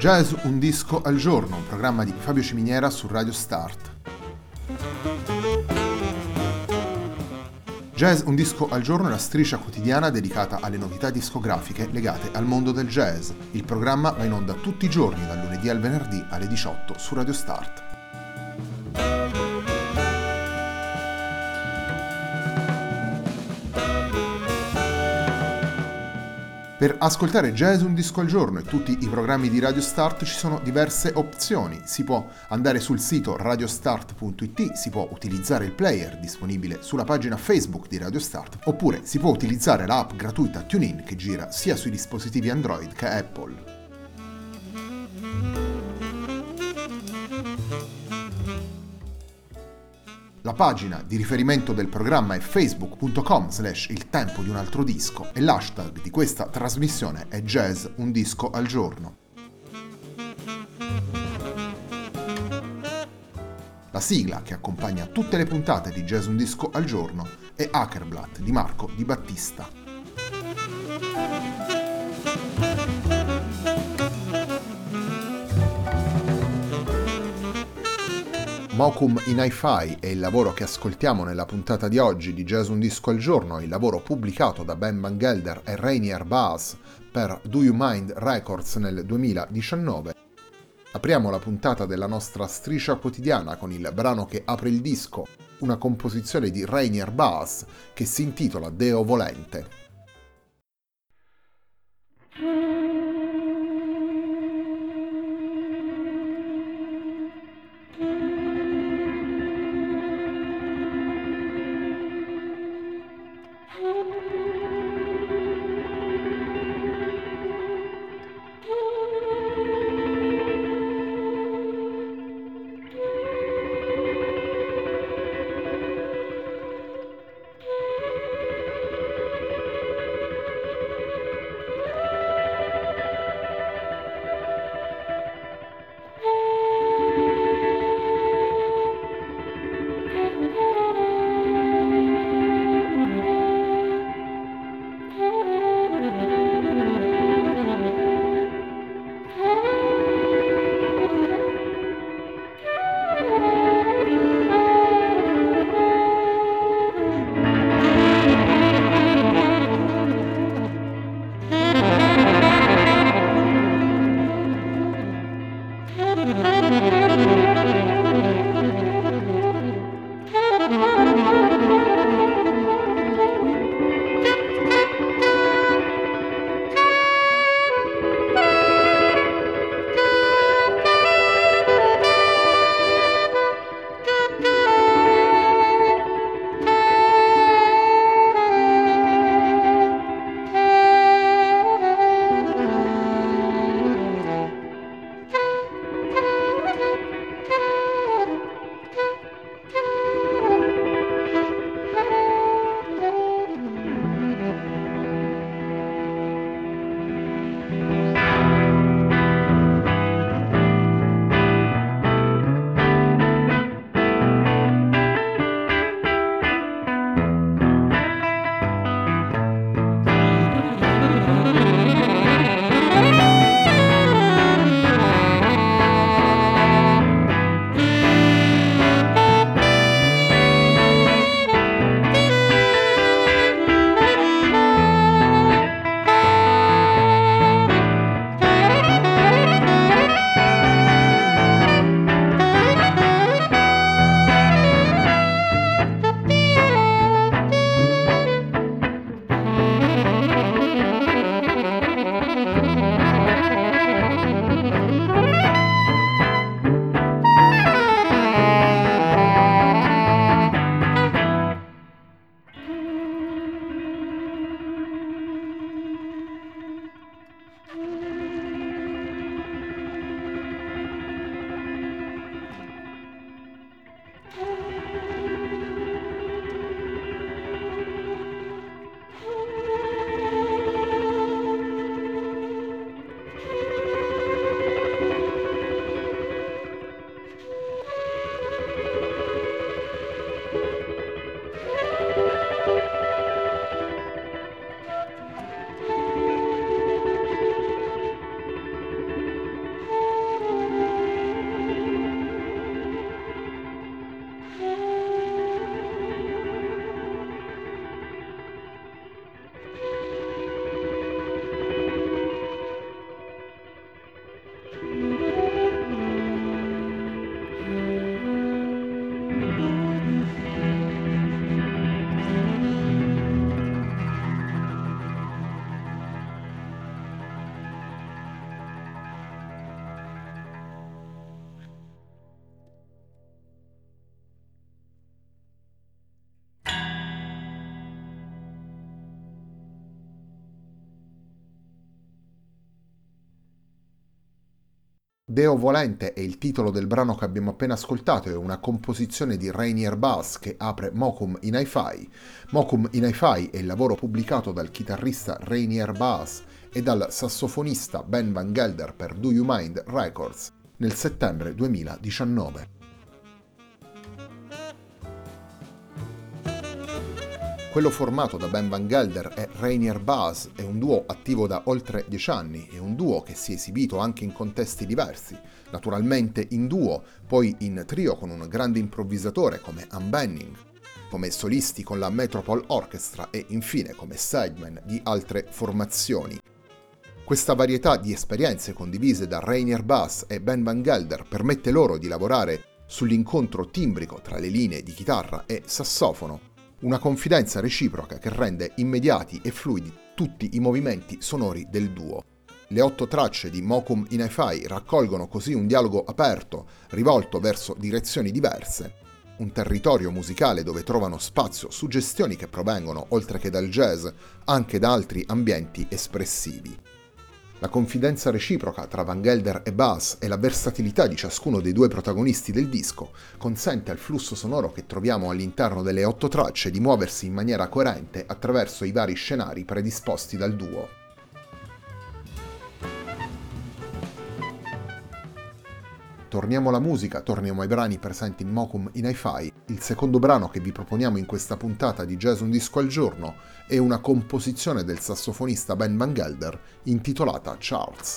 Jazz un disco al giorno, un programma di Fabio Ciminiera su Radio Start. Jazz un disco al giorno è la striscia quotidiana dedicata alle novità discografiche legate al mondo del jazz. Il programma va in onda tutti i giorni, dal lunedì al venerdì alle 18 su Radio Start. Per ascoltare Jazz un disco al giorno e tutti i programmi di Radio Start ci sono diverse opzioni. Si può andare sul sito radiostart.it, si può utilizzare il player disponibile sulla pagina Facebook di Radio Start, oppure si può utilizzare l'app gratuita TuneIn che gira sia sui dispositivi Android che Apple. La pagina di riferimento del programma è facebook.com/il tempo di un altro disco e l'hashtag di questa trasmissione è Jazz un disco al giorno. La sigla che accompagna tutte le puntate di Jazz un disco al giorno è Hackerblatt di Marco Di Battista. Mokum in Hi-Fi è il lavoro che ascoltiamo nella puntata di oggi di Jazz un disco al giorno, il lavoro pubblicato da Ben Van Gelder e Rainier Baas per Do You Mind Records nel 2019. Apriamo la puntata della nostra striscia quotidiana con il brano che apre il disco, una composizione di Rainier Baas che si intitola Deo Volente. Deo Volente è il titolo del brano che abbiamo appena ascoltato, è una composizione di Rainier Bass che apre Mokum in Hi-Fi. Mokum in Hi-Fi è il lavoro pubblicato dal chitarrista Rainier Bass e dal sassofonista Ben Van Gelder per Do You Mind Records nel settembre 2019. Quello formato da Ben Van Gelder e Rainier Bass è un duo attivo da oltre 10 anni, è un duo che si è esibito anche in contesti diversi, naturalmente in duo, poi in trio con un grande improvvisatore come Ann Benning, come solisti con la Metropole Orchestra e infine come sideman di altre formazioni. Questa varietà di esperienze condivise da Rainier Bass e Ben Van Gelder permette loro di lavorare sull'incontro timbrico tra le linee di chitarra e sassofono, una confidenza reciproca che rende immediati e fluidi tutti i movimenti sonori del duo. Le 8 tracce di Mokum in Hi-Fi raccolgono così un dialogo aperto, rivolto verso direzioni diverse, un territorio musicale dove trovano spazio suggestioni che provengono, oltre che dal jazz, anche da altri ambienti espressivi. La confidenza reciproca tra Van Gelder e Bass e la versatilità di ciascuno dei due protagonisti del disco consente al flusso sonoro che troviamo all'interno delle 8 tracce di muoversi in maniera coerente attraverso i vari scenari predisposti dal duo. Torniamo alla musica, torniamo ai brani presenti in Mokum in Hi-Fi. Il secondo brano che vi proponiamo in questa puntata di Jazz Un Disco al Giorno è una composizione del sassofonista Ben Van Gelder intitolata Charles.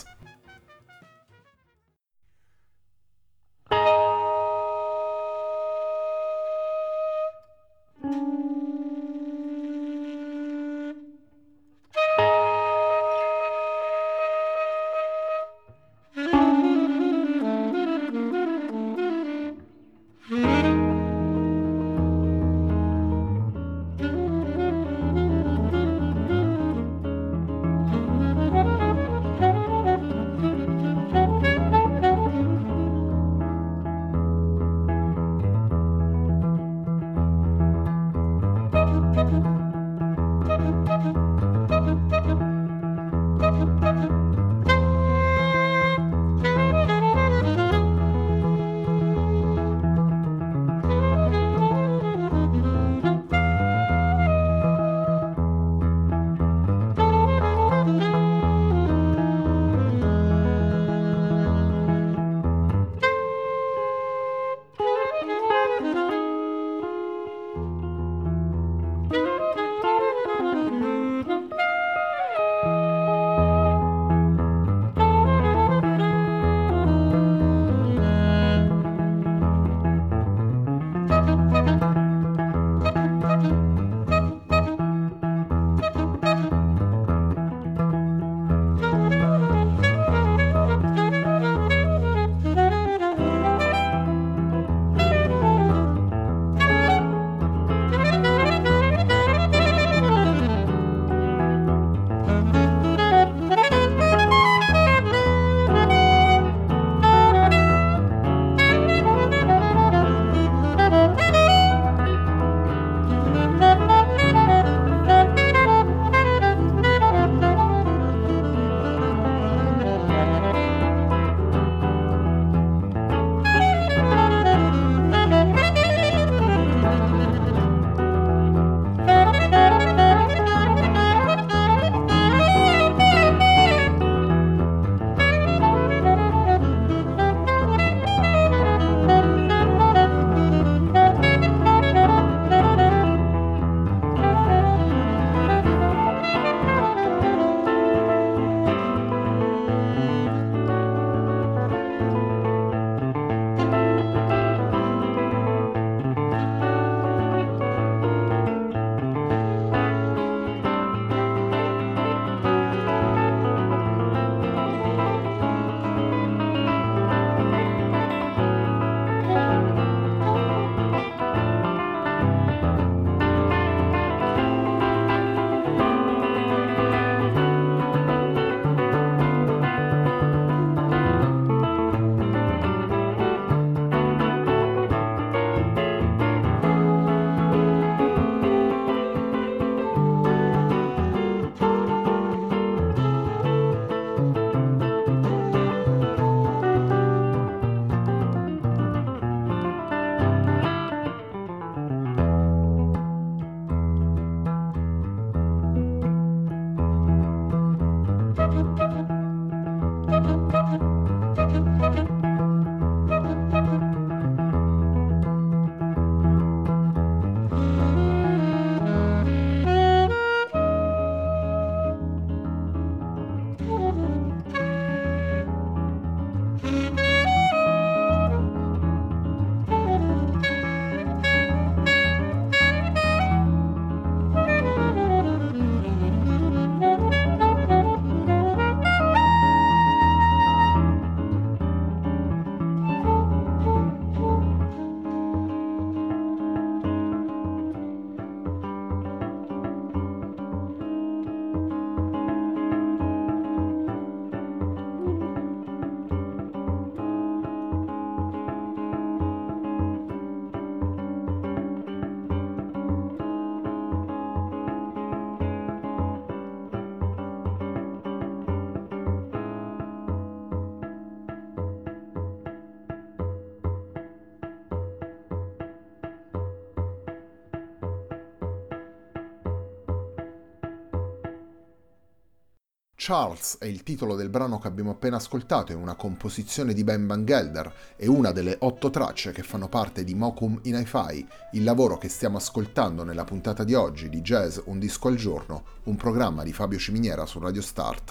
Charles è il titolo del brano che abbiamo appena ascoltato, è una composizione di Ben Van Gelder, è una delle 8 tracce che fanno parte di Mokum in Hi-Fi, il lavoro che stiamo ascoltando nella puntata di oggi di Jazz Un Disco al Giorno, un programma di Fabio Ciminiera su Radio Start.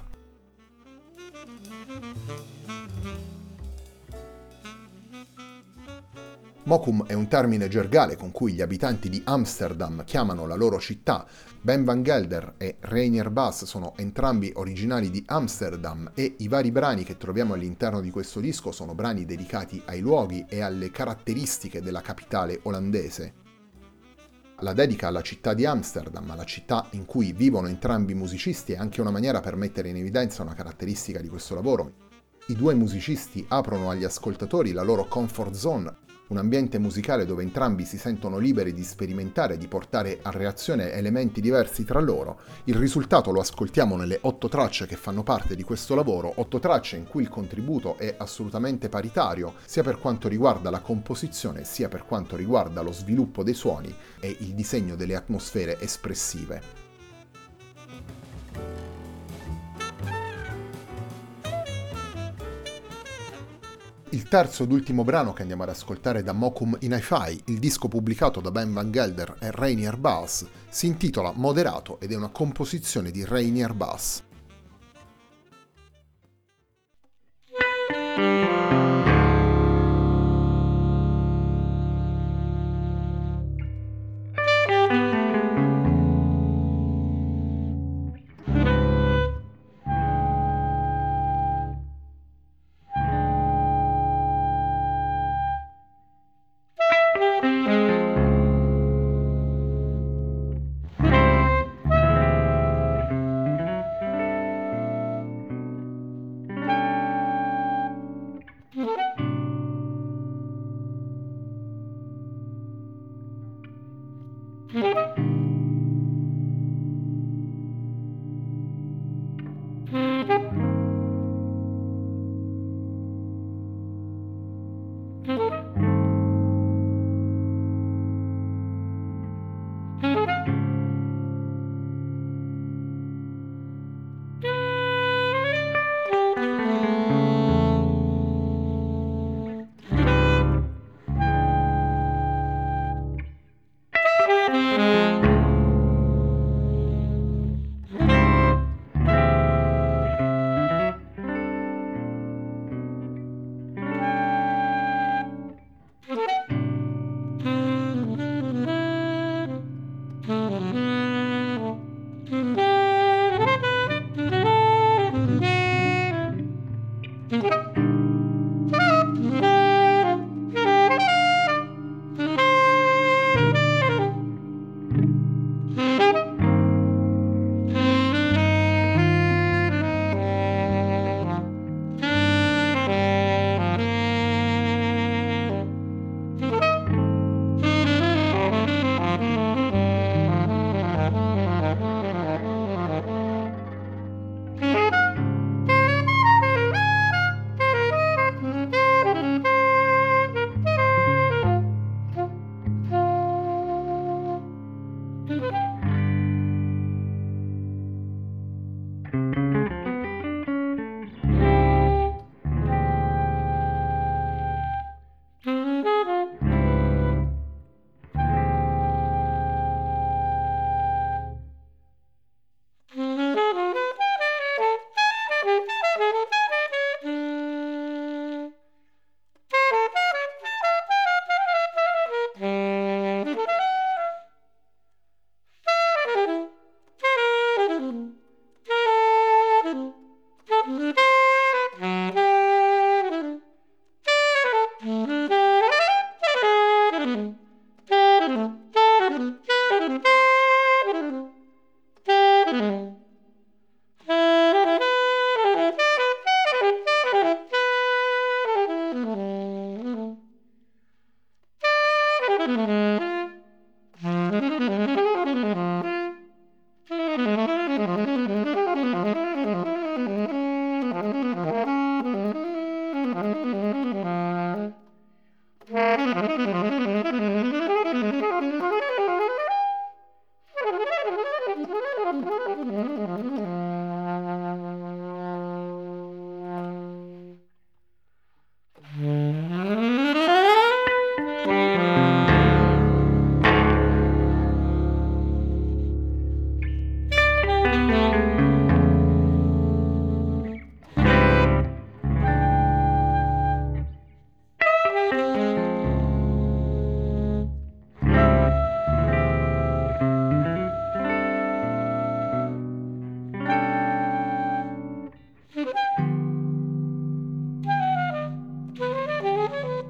Mokum è un termine gergale con cui gli abitanti di Amsterdam chiamano la loro città. Ben Van Gelder e Rainier Bass sono entrambi originali di Amsterdam e i vari brani che troviamo all'interno di questo disco sono brani dedicati ai luoghi e alle caratteristiche della capitale olandese. La dedica alla città di Amsterdam, alla città in cui vivono entrambi i musicisti, è anche una maniera per mettere in evidenza una caratteristica di questo lavoro. I due musicisti aprono agli ascoltatori la loro comfort zone, un ambiente musicale dove entrambi si sentono liberi di sperimentare e di portare a reazione elementi diversi tra loro. Il risultato lo ascoltiamo nelle 8 tracce che fanno parte di questo lavoro, 8 tracce in cui il contributo è assolutamente paritario, sia per quanto riguarda la composizione, sia per quanto riguarda lo sviluppo dei suoni e il disegno delle atmosfere espressive. Il terzo ed ultimo brano che andiamo ad ascoltare da Mokum in Hi-Fi, il disco pubblicato da Ben Van Gelder e Rainier Bass, si intitola Moderato ed è una composizione di Rainier Bass.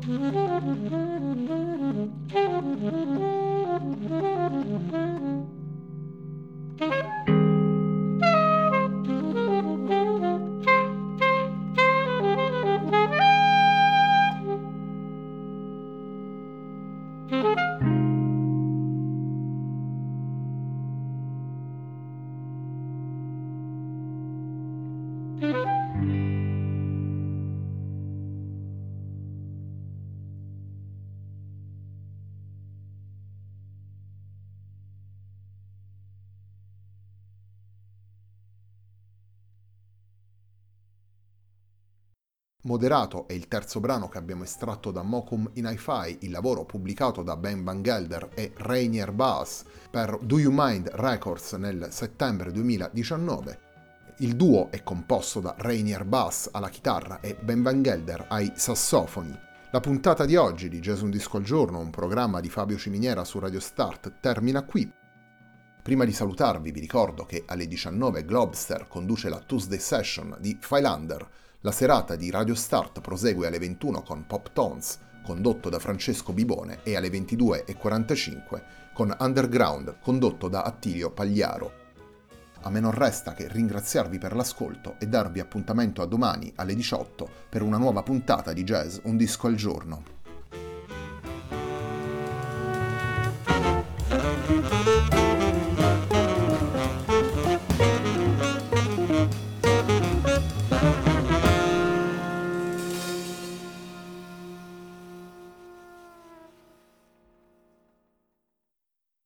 Moderato è il terzo brano che abbiamo estratto da Mokum in Hi-Fi, il lavoro pubblicato da Ben Van Gelder e Rainier Bass per Do You Mind Records nel settembre 2019. Il duo è composto da Rainier Bass alla chitarra e Ben Van Gelder ai sassofoni. La puntata di oggi di Jazz Un Disco al Giorno, un programma di Fabio Ciminiera su Radio Start, termina qui. Prima di salutarvi vi ricordo che alle 19 Globster conduce la Tuesday Session di Phylander. La serata di Radio Start prosegue alle 21 con Pop Tones, condotto da Francesco Bibone, e alle 22:45 con Underground, condotto da Attilio Pagliaro. A me non resta che ringraziarvi per l'ascolto e darvi appuntamento a domani alle 18 per una nuova puntata di Jazz Un Disco al Giorno.